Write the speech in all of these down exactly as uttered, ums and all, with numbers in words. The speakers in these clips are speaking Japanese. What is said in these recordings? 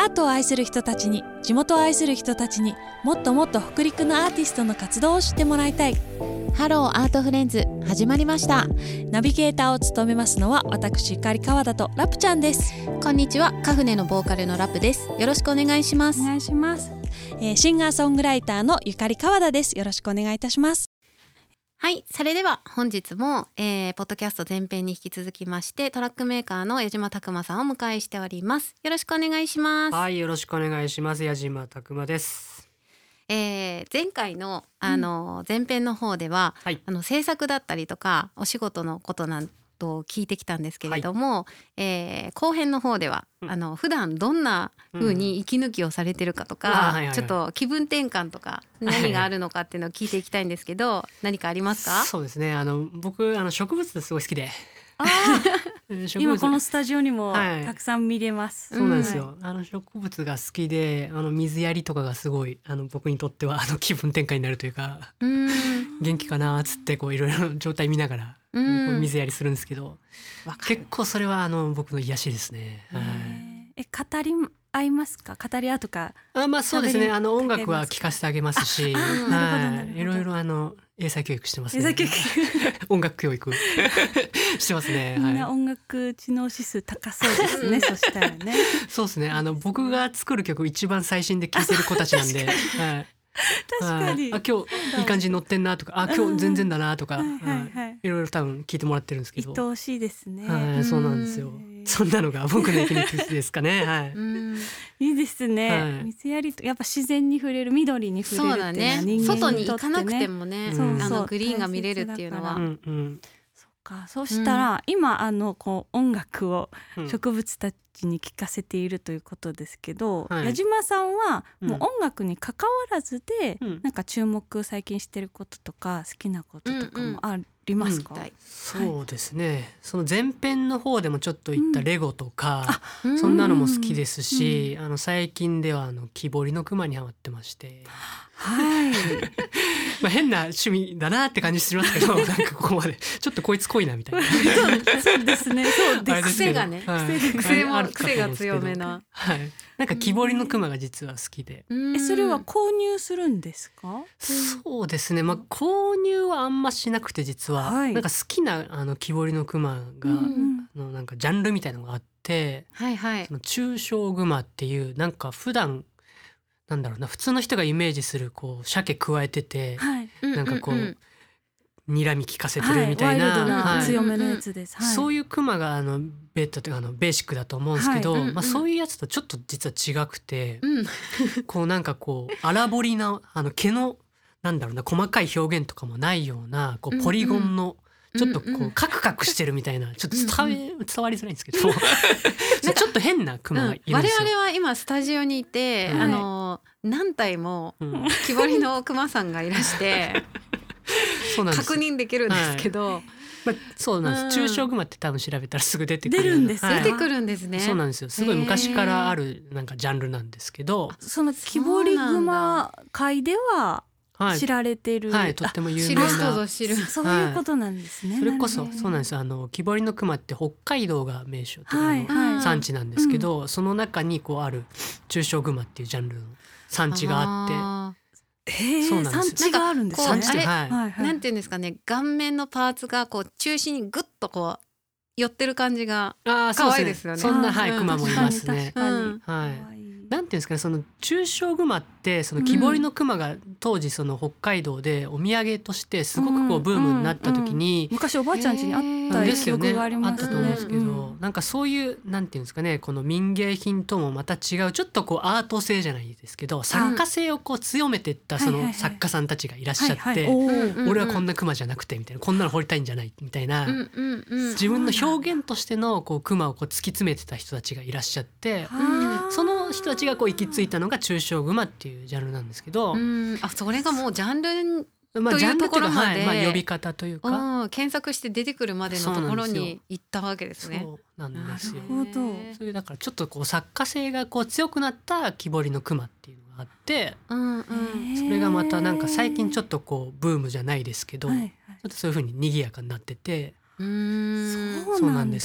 アートを愛する人たちに、地元を愛する人たちにもっともっと北陸のアーティストの活動を知ってもらいたい。 ハローアートフレンズ始まりました。 ナビゲーターを務めますのは私ゆかり川田とラプちゃんです。 こんにちは、カフネのボーカルのラプです。よろしくお願いします。 お願いします、えー、シンガーソングライターのゆかり川田です。よろしくお願いいたします。 はい、それでは本日も、えー、ポッドキャスト前編に引き続きましてトラックメーカーの矢島拓馬さんをお迎えしております。よろしくお願いします。 はい、よろしくお願いします。矢島拓馬です。 えー、前回の、あの前編の方では、うん、あの制作だったりとかお仕事のことなんと聞いてきたんですけれども、はい、えー、後編の方では、うん、あの普段どんな風に息抜きをされてるかとか、うん、ちょっと気分転換とか何があるのかっていうのを聞いていきたいんですけど、はいはい、何かありますか？ そうですね、あの僕あの植物すごい好きであ今このスタジオにもたくさん見れます、 はい、そうなんですよ、うん、あの植物が好きで、あの水やりとかがすごいあの僕にとってはあの気分転換になるというか、うん、元気かなっつってこういろいろ状態見ながら、うん、水やりするんですけど、結構それはあの僕の癒しですね、はい、 え語り合いますか？語り合うとか。 あ、まあそうですね、あの音楽は聴かせてあげますし、はい、いろいろあの英才教育してますね。英才教育音楽教育してますね。 みんな音楽知能指数高そうですね。そしたらね。 そうですね、あの僕が作る曲一番最新で聴いてる子たちなんで、はい、 確かに、 あ今日いい感じに乗ってんなとか、あ今日全然だなとか、はいはいはい、いろいろ多分聞いてもらってるんですけど、 愛おしいですね、 はい、そうなんですよ。そんなのが僕の息抜きですかね、はい、 うんいいですね、はい、水やりとやっぱ自然に触れる、緑に触れるっていうのは人間にとってね、 外に行かなくてもね、うん、あのグリーンが見れるっていうのは、うんうん、 かそうしたら、うん、今あのこう音楽を植物たちに聴かせているということですけど、うん、矢島さんはもう音楽に関わらずで、うん、なんか注目最近してることとか好きなこととかもありますか？うんうん、 そうですね、はい、その前編の方でもちょっと言ったレゴとか、うん、そんなのも好きですし、うん、あの最近ではあの木彫りの熊にハマってまして、はいまあ変な趣味だなって感じしますけどなんかここまでちょっとこいつ濃いなみたいなそうですね、そうです、 癖がね、はい、癖も癖が強めな、 はい、なんか木彫りの熊が実は好きで、 えそれは購入するんですか？ そうですね、まあ、購入はあんましなくて、実は、はい、なんか好きなあの木彫りの熊が、うん、あのなんかジャンルみたいなのがあって、はいはい、その抽象熊っていうなんか普段なんだろうな、普通の人がイメージするこう鮭加えてて、はい、なんかこう、うんうんうん、睨み利かせてるみたいな、はい、ワイルドな、はい、 強めのやつです、はい、 そういうクマがあのベッドというかあのベーシックだと思うんですけど、はい、うんうん、まあ、そういうやつとちょっと実は違くて、うん、こうなんかこう荒彫りなあの毛のなんだろうな細かい表現とかもないようなこうポリゴンの、うんうん、ちょっとこうカクカクしてるみたいな、ちょっと伝え、うんうん、伝わりづらいんですけどちょっと変なクマがいるんですよ、 うん、我々は今スタジオにいて、はい、あの何体も木彫りのクマさんがいらしてそうなんです、確認できるんですけど、はい、 まあ、そうなんです、うん、抽象クマって多分調べたらすぐ出てくる、 出るんです、 はい、出てくるんですね。 そうなんですよ、すごい昔からあるなんかジャンルなんですけど、 その木彫りクマ界では知られてる、 はいはい、とっても有名な、 知る人ぞ知る、 そういうことなんですね、 はい、それこそそうなんです、あの木彫りの熊って北海道が名所というかの産地なんですけど、はいはい、その中にこうある抽象熊っていうジャンルの産地があって、 へそうなんです、産地があるんですね。産地、 はいはいはい、なんていうんですかね、顔面のパーツがこう中心にグッとこう寄ってる感じが可愛いですよね。 そんな、はい、クマもいますね。 確かに確かに、 はい、なんていうんですかね、その抽象クマってその木彫りのクマが当時その北海道でお土産としてすごくこうブームになった時に、 うんうんうん、昔おばあちゃん家にあった記憶がありますね。 あったと思うんですけど、うん、なんかそういうなんていうんですかね、この民芸品ともまた違うちょっとこうアート性じゃないですけど作家性をこう強めていったその作家さんたちがいらっしゃって、俺はこんなクマじゃなくてみたいな、こんなの彫りたいんじゃないみたいな、うんうんうん、自分の表現としてのこうクマをこう突き詰めてた人たちがいらっしゃって、その人たちがこう行き着いたのが抽象クマっていうジャンルなんですけど、 うん、あ、それがもうジャンルまあ、 というところまで、 はい、まあ、呼び方というか、 うん、検索して出てくるまでのところに行ったわけですね。 そうなんですよ。 なるほど。 それだからちょっとこう作家性がこう強くなった木彫りの熊っていうのがあって、うんうん、それがまたなんか最近ちょっとこうブームじゃないですけど、はいはい、ちょっとそういう風に賑やかになってて、 うーん、そうなんです。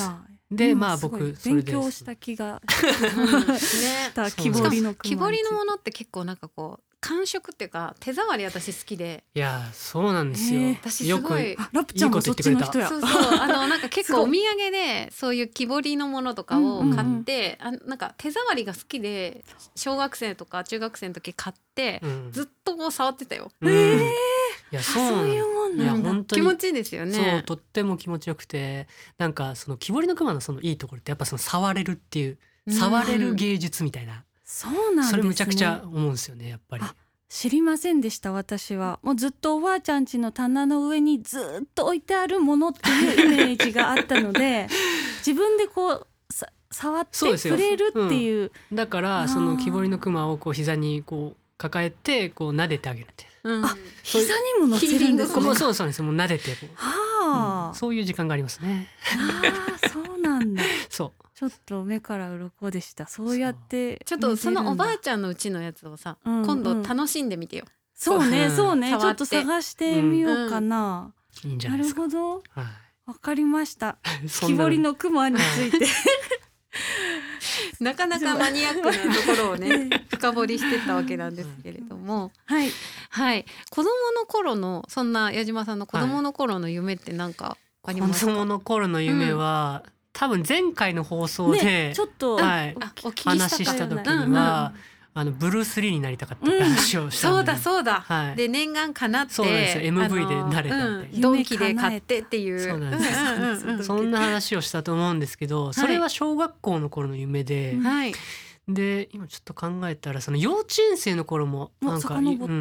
で、まあ僕それで勉強した気がした木彫りの熊。 木彫りのものって結構なんかこう感触っていうか手触り私好きで。 いやそうなんですよ、 えー、私すごいラプちゃんもそっちの人や。 そうそうあのなんか結構お土産でそういう木彫りのものとかを買って、うんうんうん、あなんか手触りが好きで小学生とか中学生の時買って、うん、ずっとこう触ってたよ。 えー、いやそうそういうもんなんだ。 本当に気持ちいいですよね。 そうとっても気持ちよくて、なんかその木彫りの熊のそのいいところってやっぱその触れるっていう、触れる芸術みたいな、うん、 そうなんですね。 それむちゃくちゃ思うんですよねやっぱり。 知りませんでした。私はもうずっとおばあちゃん家の棚の上にずっと置いてあるものっていうイメージがあったので自分でこうさ触って触れるっていう、 うん、だからその木彫りの熊をこう膝にこう抱えてこう撫でてあげるって、 うん、あ膝にも乗せるんですね。 そうそうそうです。もう撫でてこう、 はあ、 うん、そういう時間がありますね。 あそうなんだ。 そうちょっと目から鱗でした。そうやってちょっとそのおばあちゃんのうちのやつをさ、うんうん、今度楽しんでみてよ。 そうねそうね、ちょっと探してみようかな、 うん、いいんじゃないですか。 なるほど、 はい、 わかりました木彫りの熊についてなかなかマニアックなところをね深掘りしてたわけなんですけれども、 はい、 はい、子供の頃のそんな矢島さんの子供の頃の夢って何かありますか？ 子供の頃の夢は、うん、多分前回の放送で、 ね、ちょっと、 はい、 お聞き話した時には、うんうん、あのブルース・リーになりたかったって話をしたんで、 うん、そうだそうだ、はい、で念願かなって、 そうなんですよ エムブイ でなれたんで、 うん、ドンキで買ってっていう、 そうなんです、うんうん、そんな話をしたと思うんですけど、それは小学校の頃の夢で、はい、で今ちょっと考えたらその幼稚園生の頃もなんか、うん、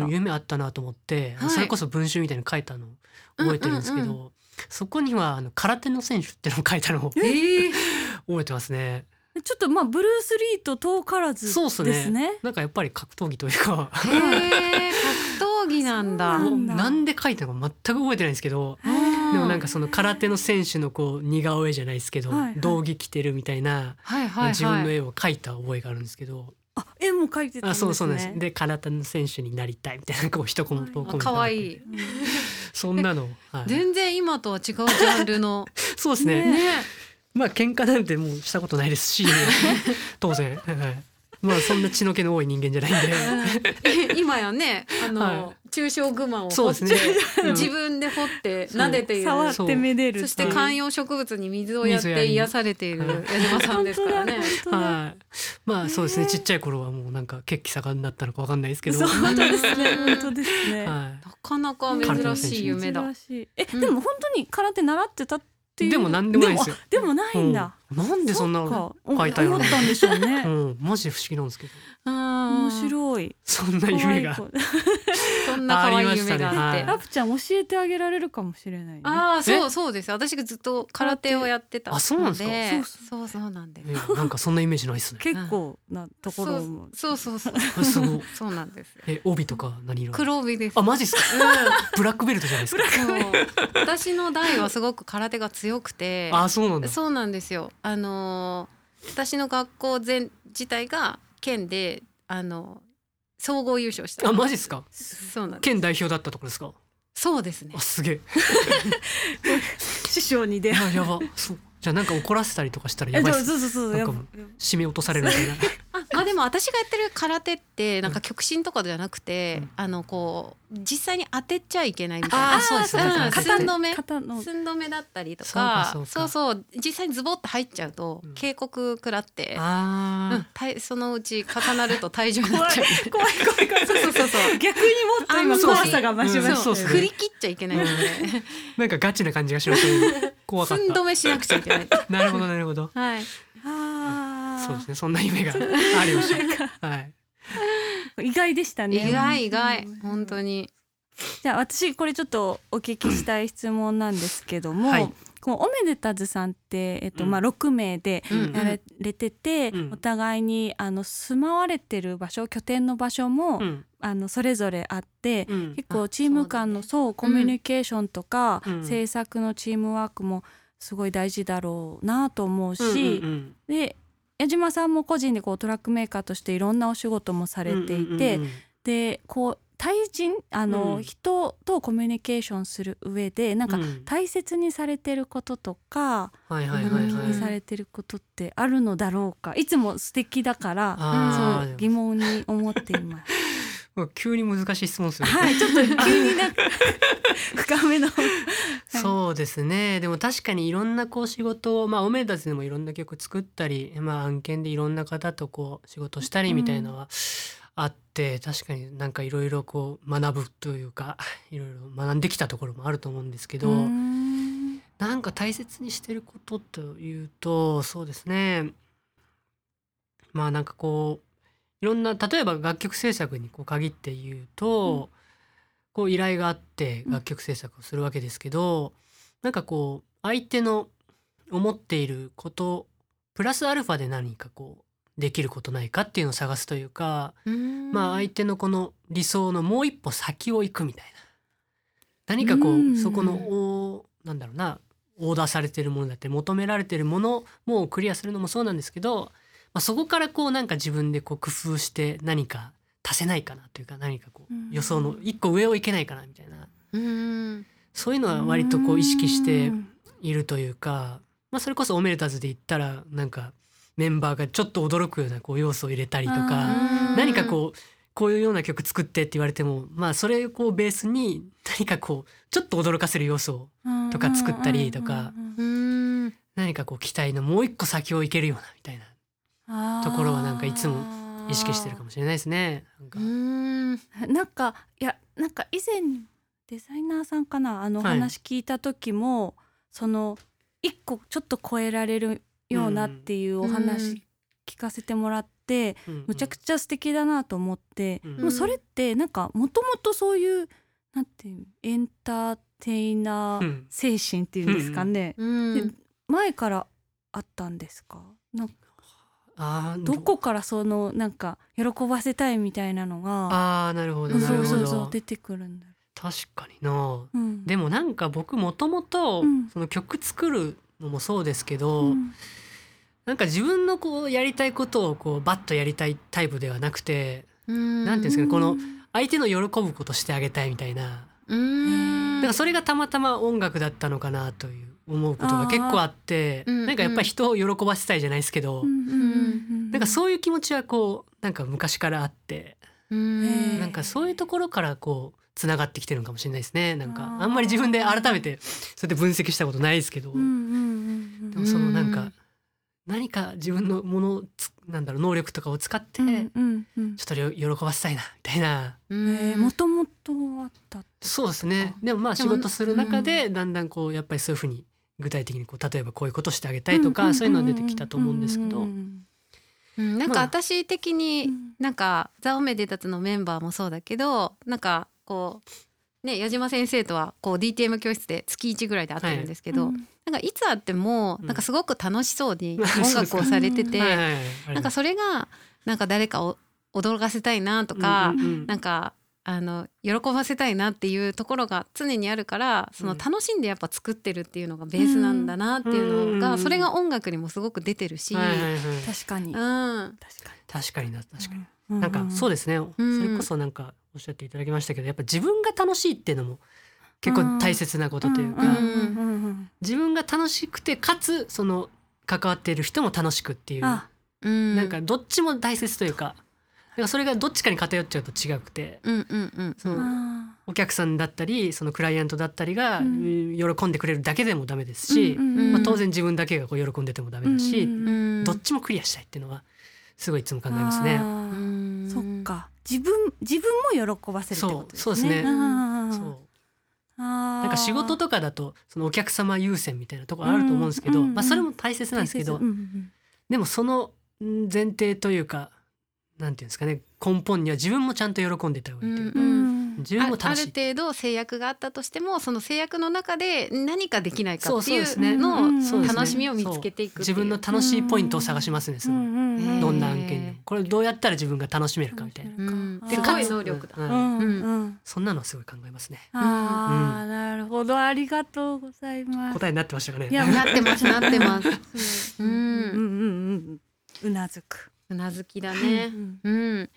夢あったなと思って、はい、それこそ文集みたいに書いたの覚えてるんですけど、うんうんうん、そこにはあの空手の選手ってのを書いたのを、えー、覚えてますね。 ちょっとまあブルース・リーと遠からずですね。そうですね。 なんかやっぱり格闘技というかへー格闘技なんだ。 なんだなんで書いたのか全く覚えてないんですけど、でもなんかその空手の選手のこう似顔絵じゃないですけど、はいはい、道着着てるみたいな、はいはいはい、自分の絵を描いた覚えがあるんですけど、 あ絵も描いてたんですね。あそうそうなんです。 で空手の選手になりたいみたいなこう一言込めた。 かわいい。 そんなの、はい、 全然今とは違うジャンルのそうですね。ねまあ喧嘩なんてもうしたことないですし当然、はい、まあそんな血の気の多い人間じゃないんで今やねあの、はい、中小グマを掘って、ねうん、自分で掘って撫でている、 触ってめでる、 そして観葉植物に水をやって癒されている矢島さんですからねはい、まあそうですね、ちっちゃい頃はもうなんか血気盛んだったのかわかんないですけど、 そう本当ですね本当ですね、はい、 なかなか珍しい夢だ。 え、うん、でも本当に空手習ってたってでもなんでもないですよ。 でも、でもないんだ、 うん、なんでそんな書いた思ったんでしょうね、 うん、マジで不思議なんですけど、 面白い。 そんな夢がそんな可愛い夢があって、 ラプちゃん教えてあげられるかもしれない、ね、 ああそうそうです。私がずっと空手をやってたので、あそうなんですか。そうそうなんです、 えー、なんかそんなイメージないですね。 結構なところも、 そうそうそうそうすごいそうなんです。 え帯とか何色？ 黒帯です。 あマジですか、うん、ブラックベルトじゃないですか。 私の代はすごく空手が強くて、 あそうなんだ。 そうなんですよ。あのー、私の学校全自体が県であの総合優勝した。 あマジですか。 そうなんです。 県代表だったところですか。 そうですね。 あすげえ師匠に出会う。 やばそうじゃあなんか怒らせたりとかしたらやばいっす。 そうそうそうなんか締め落とされるみたいなあまあでも私がやってる空手ってなんか極真とかじゃなくて、うん、あのこう実際に当てちゃいけないみたいな。 あそうですね、 うん、寸止め寸止めだったりとか、そうそうそう実際にズボッと入っちゃうと警告食らって、うん、そのうち重なると退場になっちゃう。 怖い怖い怖い。そうそうそうそう逆にもっと今怖さが増しました、ね、 振り切っちゃいけないので、うん、 なんかガチな感じがしますね。怖かった。 寸止めしなくちゃいけないなるほどなるほど。 はい。 あそうですね。そんな夢がありました。はい。 意外でしたね。 意外意外本当に。 じゃあ私これちょっとお聞きしたい質問なんですけども、はい、このおめでたずさんって、えっとうんまあ、ろくめいでやられてて、うん、お互いにあの住まわれてる場所拠点の場所も、うん、あのそれぞれあって、うん、結構チーム間のそう、ね、そうコミュニケーションとか、うん、制作のチームワークもすごい大事だろうなと思うし、うんうんうん、で矢島さんも個人でこうトラックメーカーとしていろんなお仕事もされていて、うんうんうんうん、でこう対人あの、うん、人とコミュニケーションする上でなんか大切にされてることとか、うん、気にされてることってあるのだろうか。いつも素敵だからそう疑問に思っています。 急に難しい質問ですよね。 はい、ちょっと急になんか深めのそうですね。でも確かにいろんなこう仕事を、まあオメダスでもいろんな曲作ったり、まあ案件でいろんな方とこう仕事したりみたいなのはあって、うん、確かになんかいろいろこう学ぶというかいろいろ学んできたところもあると思うんですけど、んなんか大切にしてることというと、そうですね。まあなんかこういろんな例えば楽曲制作にこう限って言うと、うん、こう依頼があって楽曲制作をするわけですけど、うん、なんかこう相手の思っていることプラスアルファで何かこうできることないかっていうのを探すというか、まあ相手のこの理想のもう一歩先を行くみたいな、何かこうそこのおなんだろうなオーダーされているものだって求められているものもクリアするのもそうなんですけど、まあ、そこからこうなんか自分でこう工夫して何か足せないかなというか、何かこう予想の一個上をいけないかなみたいな、うん、そういうのは割とこう意識しているというか、まあ、それこそオメレタズで言ったらなんかメンバーがちょっと驚くようなこう要素を入れたりとか、何かこうこういうような曲作ってって言われても、まあそれをこうベースに何かこうちょっと驚かせる要素とか作ったりとか、何かこう期待のもう一個先をいけるようなみたいなところはなんかいつも意識してるかもしれないですね。なんか、うーんなんかいやなんか以前デザイナーさんかなあの話聞いた時も、はい、その一個ちょっと超えられるようなっていうお話聞かせてもらって、うん、むちゃくちゃ素敵だなと思って、うん、でもそれってなんかもともとそういうなんていうエンターテイナー精神っていうんですかね、うん、で前からあったんですか？なんかあどこからそのなんか喜ばせたいみたいなのがあーなるほどなるほどそうそうそう出てくるんだ。 確かにな、うん、でもなんか僕もともとその曲作るのもそうですけど、うん、なんか自分のこうやりたいことをこうバッとやりたいタイプではなくて、うんなんていうんですかね、この相手の喜ぶことしてあげたいみたいな、うんだからそれがたまたま音楽だったのかなという思うことが結構あって、うんうん、なんかやっぱり人を喜ばせたいじゃないですけど、うんうん、なんかそういう気持ちはこうなんか昔からあって、うんなんかそういうところからこうつながってきてるのかもしれないですね。なんかあんまり自分で改めてそうやって分析したことないですけど、うんうんうん、でもそのなんか何か自分のものなんだろう能力とかを使ってちょっと喜ばせたいなみたいな、 もともとあったってそうですね。でもまあ仕事する中でだんだんこうやっぱりそういうふうに具体的にこう例えばこういうことしてあげたいとかそういうのが出てきたと思うんですけど、 うん、なんか私的になんかザ・オメデタツのメンバーもそうだけど、なんかこうね矢島先生とはこう ディーティーエム 教室で月いちぐらいで会ってるんですけど、はい、なんかいつ会ってもなんかすごく楽しそうに音楽をされてて、なんかそれがなんか誰かを驚かせたいなとか、うんうんうん、なんかあの喜ばせたいなっていうところが常にあるから、その楽しんでやっぱ作ってるっていうのがベースなんだなっていうのが、それが音楽にもすごく出てるし、はいはいはい、 確かに、うん、 確かに確かにな確かに、うん、なんかそうですね、うん、それこそなんかおっしゃっていただきましたけど、やっぱ自分が楽しいっていうのも結構大切なことというか、うんうんうん、自分が楽しくてかつその関わっている人も楽しくっていう、うん、なんかどっちも大切というか、それがどっちかに偏っちゃうと違くて、うんうんうん、そのお客さんだったりそのクライアントだったりが喜んでくれるだけでもダメですし、うんうんまあ、当然自分だけがこう喜んでてもダメだし、うんうん、どっちもクリアしたいっていうのはすごいいつも考えますね。 うんそっか、自分自分も喜ばせるってことですね。 そう、そうですね。そうあなんか仕事とかだとそのお客様優先みたいなところあると思うんですけど、うんうんまあ、それも大切なんですけど、うんうん、でもその前提というかなんていうんですかね、根本には自分もちゃんと喜んでた方がいいというか、うんうん、自分も楽しい。あ、ある程度制約があったとしてもその制約の中で何かできないかっていうのを楽しみを見つけていくっていう、 自分の楽しいポイントを探しますね、その、うんうん、どんな案件でもこれどうやったら自分が楽しめるかみたいな、うん、 すごい能力だ、うんうんうん、そんなのはすごい考えますね。 あ、うん、なるほど、ありがとうございます。 答えになってましたかね。 いやなってますなってますうんうんうんうんうなずくうなずきだね、うん、うん、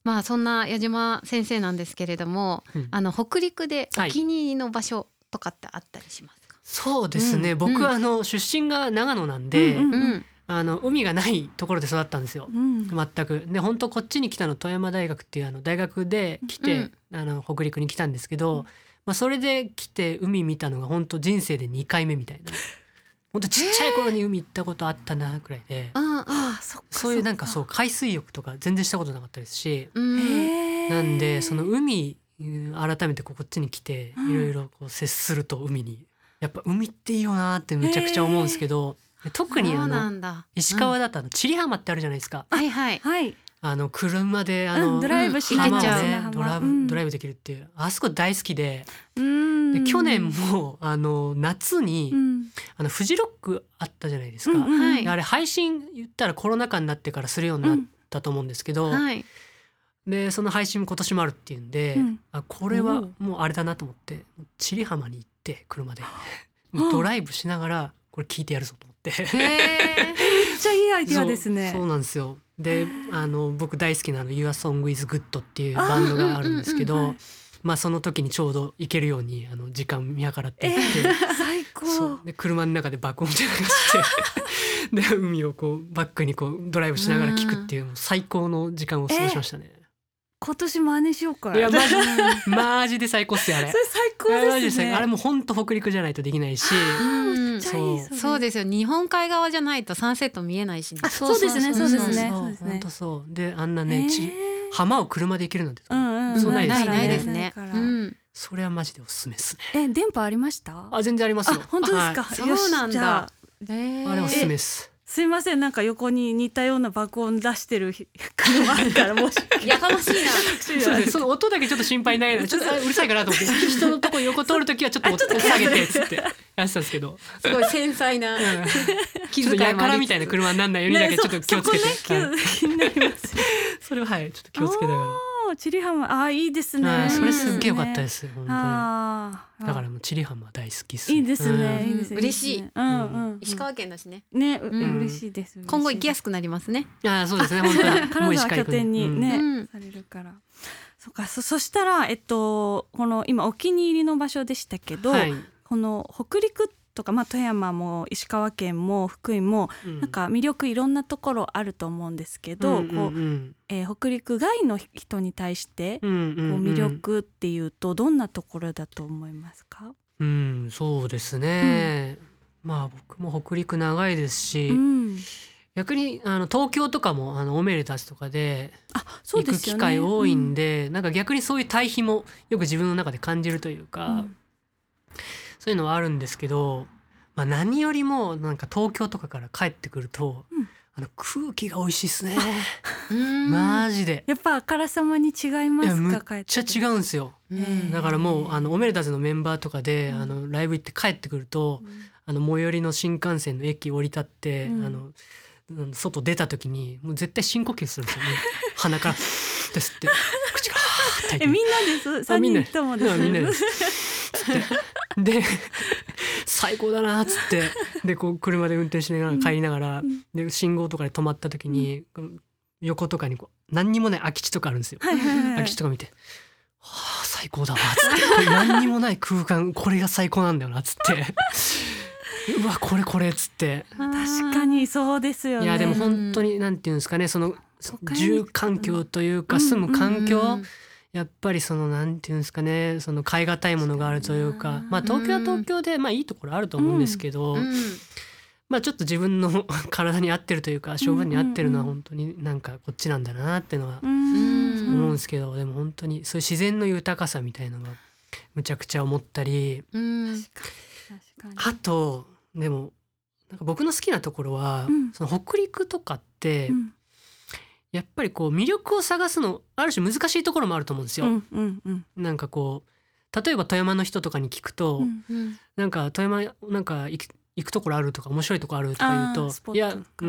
まあそんな矢島先生なんですけれども、うん、あの北陸でお気に入りの場所とかってあったりしますか？ はい、そうですね、うん、僕はあの出身が長野なんで、うんうんうん、あの海がないところで育ったんですよ、うん、全く。で本当こっちに来たの富山大学っていうあの大学で来て、うん、あの北陸に来たんですけど、うん、まあ、それで来て海見たのが本当人生でにかいめみたいな。本当ちっちゃい頃に海行ったことあったなくらいで、ああ、そっか、そういうなんかそう海水浴とか全然したことなかったですし、なんでその海改めてこっちに来ていろいろこう接すると海にやっぱ海っていいよなってめちゃくちゃ思うんですけど、特にあの石川だとあの千里浜ってあるじゃないですか。 はいはいはい。 あの車であの、 うん、ドライブし浜をねドライブ、うん、ドライブできるっていうあそこ大好きで、で去年もあの夏に、うん、あのフジロックあったじゃないですか、うんうん、あれ配信言ったらコロナ禍になってからするようになったと思うんですけど、うん、はい、でその配信も今年もあるっていうんで、うん、あこれはもうあれだなと思って千里浜に行って車でドライブしながらこれ聞いてやるぞと思って。 めっちゃいいアイディアですね。 そう、そうなんですよ。であの僕大好きなあの Your Song is Good っていうバンドがあるんですけど、うんうんうん、まあ、その時にちょうど行けるようにあの時間見計らって行って、 えー、最高。 そうで車の中で爆音で流してで海をこうバックにこうドライブしながら聞くっていう最高の時間を過ごしましたね。 今年真似しようかな。 いやマジマジで最高っすよあれ。 それ最高ですね。 あれも本当北陸じゃないとできないし、 うん、そうそうですよ。日本海側じゃないとサンセット見えないし、ね、 あそうですねそうですね。 本当そうであんなね、えー、浜を車で行けるなんて、 うんうん、 そうないですね。ないですね。うん、 それはマジでおすすめですね。 え電波ありました？ あ全然ありますよ。 本当ですか。 はい、そうなんだ。 あれおすすめです。 すいませんなんか横に似たような爆音出してる車あるからもしやかましいな。 そうですその音だけちょっと心配ないなちょっとうるさいかなと思って人のとこ横通るときはちょっと音下げてっつってやってたんですけどすごい繊細な、うん、 ちょっとやからみたいな車にならないようにだけちょっと気をつけて、ね、 そ, ね気になります、 それははいちょっと気をつけながら千里浜あいいですね。 それすっげえ良かったです、ね、本当にだからもう千里浜大好きっす、 ね、いいですね、うん、いいですね嬉しい、 うんうんうん、 石川県だしねね、うん、嬉しいです。 今後行きやすくなりますね。 あそうですね本当に金沢拠点にね、うん、されるからそっか そ, そしたらえっとこの今お気に入りの場所でしたけど、はい、この北陸とか、まあ、富山も石川県も福井も、うん、なんか魅力いろんなところあると思うんですけど、うんうんうんこうえー、北陸外の人に対して、うんうんうん、こう魅力っていうとどんなところだと思いますか？ うん、そうですね、うん、まあ僕も北陸長いですし、うん、逆にあの東京とかもあのオメレたちとかで行く機会多いん で, で、ねうん、なんか逆にそういう対比もよく自分の中で感じるというか、うん、そういうのはあるんですけど、まあ、何よりもなんか東京とかから帰ってくると、うん、あの空気が美味しいですねマジでやっぱあからさまに違いますか？ めっちゃ違うんですよ。だからもうあのオメレタズのメンバーとかで、うん、あのライブ行って帰ってくると、うん、あの最寄りの新幹線の駅降り立って、うん、あの外出た時にもう絶対深呼吸するんですよね鼻からですって口がーってえみんなですさんにんともですみんなですで最高だなっつってでこう車で運転しながら帰りながら、うん、で信号とかで止まった時に、うん、横とかにこう何にもない空き地とかあるんですよ、はいはいはい、空き地とか見てはあ最高だわっつって何にもない空間これが最高なんだよなっつってうわこれこれっつって確かにそうですよね。 いやでも本当になんていうんですかねその住環境というか住む環境、うんうんうん、やっぱりそのなんていうんですかねその買い難いものがあるというか、まあ東京は東京でまあいいところあると思うんですけど、うんうん、まあちょっと自分の体に合ってるというか性分に合ってるのは本当になんかこっちなんだなっていうのは思うんですけど、でも本当にそういう自然の豊かさみたいなのがむちゃくちゃ思ったり、うん、あとでもなんか僕の好きなところは、うん、その北陸とかって、うん、やっぱりこう魅力を探すのある種難しいところもあると思うんですよ、うんうんうん、なんかこう例えば富山の人とかに聞くと、うんうん、なんか富山なんか行く、行くところあるとか面白いところあるとか言うといや、うん、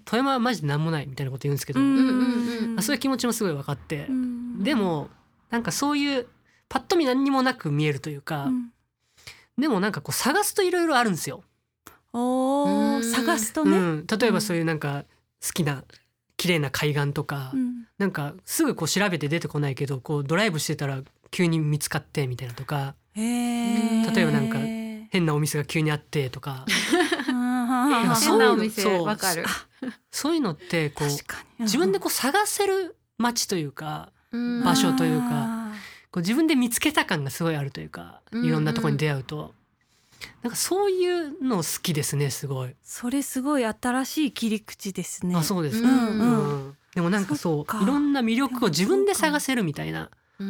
富山はマジで何もないみたいなこと言うんですけど、うんうんうん、そういう気持ちもすごい分かって、うん、でもなんかそういうパッと見何にもなく見えるというか、うん、でもなんかこう探すといろいろあるんですよ。 お探すとね、 うん、例えばそういうなんか好きな綺麗な海岸とか、うん、なんかすぐこう調べて出てこないけどこうドライブしてたら急に見つかってみたいなとか、例えばなんか変なお店が急にあってとか変なお店わかる。 そういうのってこう自分でこう探せる街というか場所というかこう自分で見つけた感がすごいあるというか、いろんなところに出会うとなんかそういうの好きですね。すごいそれすごい新しい切り口ですね。 あ、そうですか、うんうん、でもなんかそういろんな魅力を自分で探せるみたいな、うん、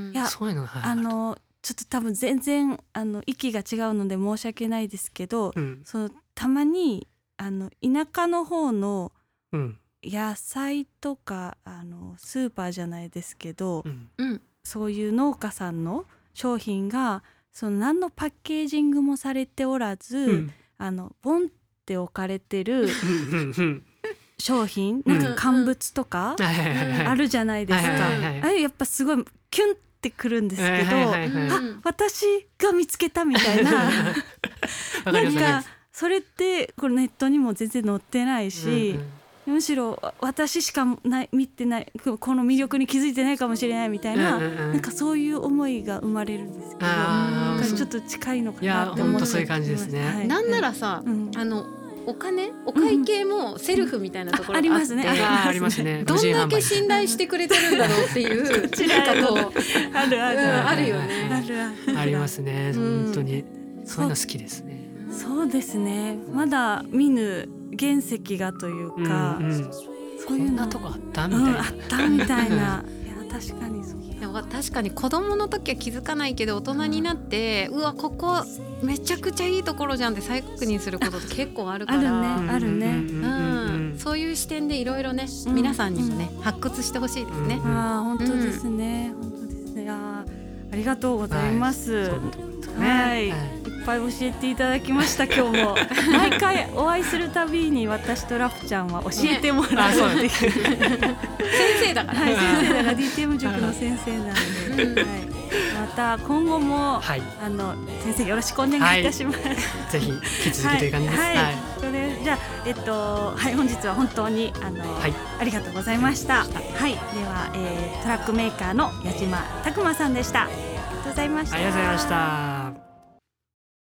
いやそういうのが、はい、 あのちょっと多分全然あの息が違うので申し訳ないですけど、うん、そのたまにあの田舎の方の野菜とか、うん、あのスーパーじゃないですけど、うん、そういう農家さんの商品がその何のパッケージングもされておらず、うん、あのボンって置かれてる商品なんか乾物とかあるじゃないですか。あれやっぱすごいキュンってくるんですけど、あ、私が見つけたみたいななんかそれってこれネットにも全然載ってないし、うん、むしろ私しかない見てないこの魅力に気づいてないかもしれないみたいな、うんうんうん、なんかそういう思いが生まれるんですけど、なんかちょっと近いのかなって思って。いや本当そういう感じですね、はい、 なんならさ、うん、あのお金お会計もセルフみたいなところがあって、うん、あ, ありますねありますね。 どんだけ信頼してくれてるんだろうっていうなんかこうあるある、うん、 あるよね。 あるあるありますね。本当に、うん、そういうの好きですね。 そうですね。まだ見ぬ原石がというか、うんうん、 そういうのとこあったみたいな、うん、 あったみたいな。いや確かにそう。 でも確かに子供の時は気づかないけど大人になって、うわここめちゃくちゃいいところじゃんって再確認することって結構あるから、 あるねあるね、うんうん、そういう視点でいろいろね、うん、皆さんにもね、うん、発掘してほしいですね、 うん、あ本当ですね、うん、本当ですね。あありがとうございます、はい、はい、はい、いっぱい教えていただきました今日も毎回お会いするたびに私とラプちゃんは教えてもらうっていう、ね、 先生だから、 はい、先生だから ディーティーエム 塾の先生なので、はい、また今後も、はい、あの先生よろしくお願いいたします、はい、 ぜひ引き続きという感じです、 はいはいはい、それじゃあ、えっとはい、本日は本当にあの、はい、ありがとうございました、はい、では、えー、トラックメーカーの矢島拓馬さんでした。ありがとうございました。 ありがとうございました。